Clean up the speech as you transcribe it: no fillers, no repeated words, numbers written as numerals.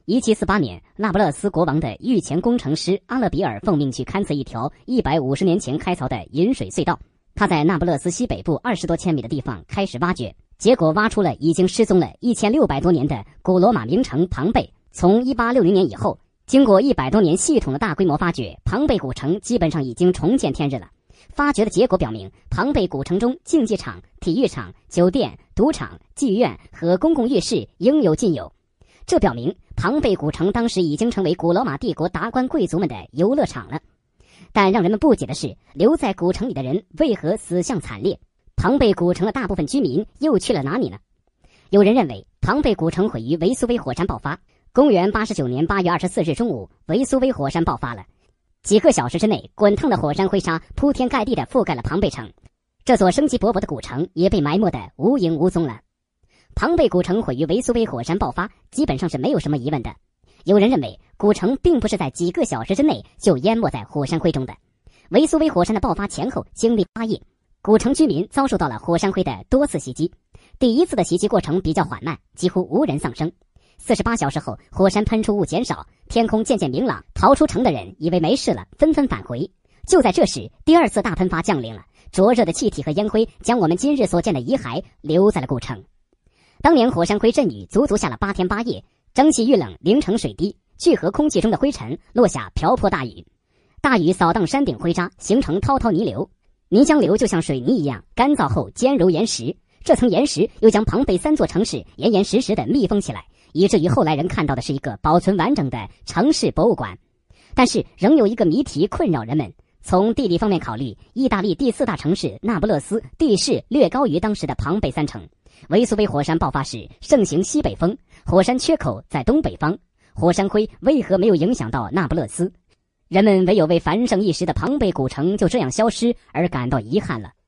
1748年，那不勒斯国王的御前工程师阿勒比尔奉命去勘测一条150年前开凿的引水隧道。他在那不勒斯西北部20多千米的地方开始挖掘，结果挖出了已经失踪了1600多年的古罗马名城庞贝。从1860年以后，经过100多年系统的大规模发掘，庞贝古城基本上已经重见天日了。发掘的结果表明，庞贝古城中竞技场、体育场、酒店、赌场、妓院和公共浴室应有尽有。这表明庞贝古城当时已经成为古罗马帝国达官贵族们的游乐场了。但让人们不解的是，留在古城里的人为何死相惨烈？庞贝古城的大部分居民又去了哪里呢？有人认为庞贝古城毁于维苏威火山爆发。公元89年8月24日中午，维苏威火山爆发了。几个小时之内，滚烫的火山灰沙铺天盖地地覆盖了庞贝城，这座生机勃勃的古城也被埋没得无影无踪了。庞贝古城毁于维苏威火山爆发，基本上是没有什么疑问的。有人认为，古城并不是在几个小时之内就淹没在火山灰中的。维苏威火山的爆发前后经历8夜，古城居民遭受到了火山灰的多次袭击。第一次的袭击过程比较缓慢，几乎无人丧生。48小时后，火山喷出物减少，天空渐渐明朗，逃出城的人以为没事了，纷纷返回。就在这时，第二次大喷发降临了，灼热的气体和烟灰将我们今日所见的遗骸留在了古城。当年火山灰阵雨足足下了8天8夜，蒸汽遇冷凝成水滴，聚合空气中的灰尘，落下瓢泼大雨。大雨扫荡山顶灰渣，形成滔滔泥流。泥浆流就像水泥一样干燥后坚如岩石，这层岩石又将庞贝3座城市严严实实地密封起来，以至于后来人看到的是一个保存完整的城市博物馆。但是仍有一个谜题困扰人们。从地理方面考虑，意大利第4大城市那不勒斯地势略高于当时的庞贝3城。维苏威火山爆发时盛行西北风，火山缺口在东北方，火山灰为何没有影响到那不勒斯？人们唯有为繁盛一时的庞贝古城就这样消失而感到遗憾了。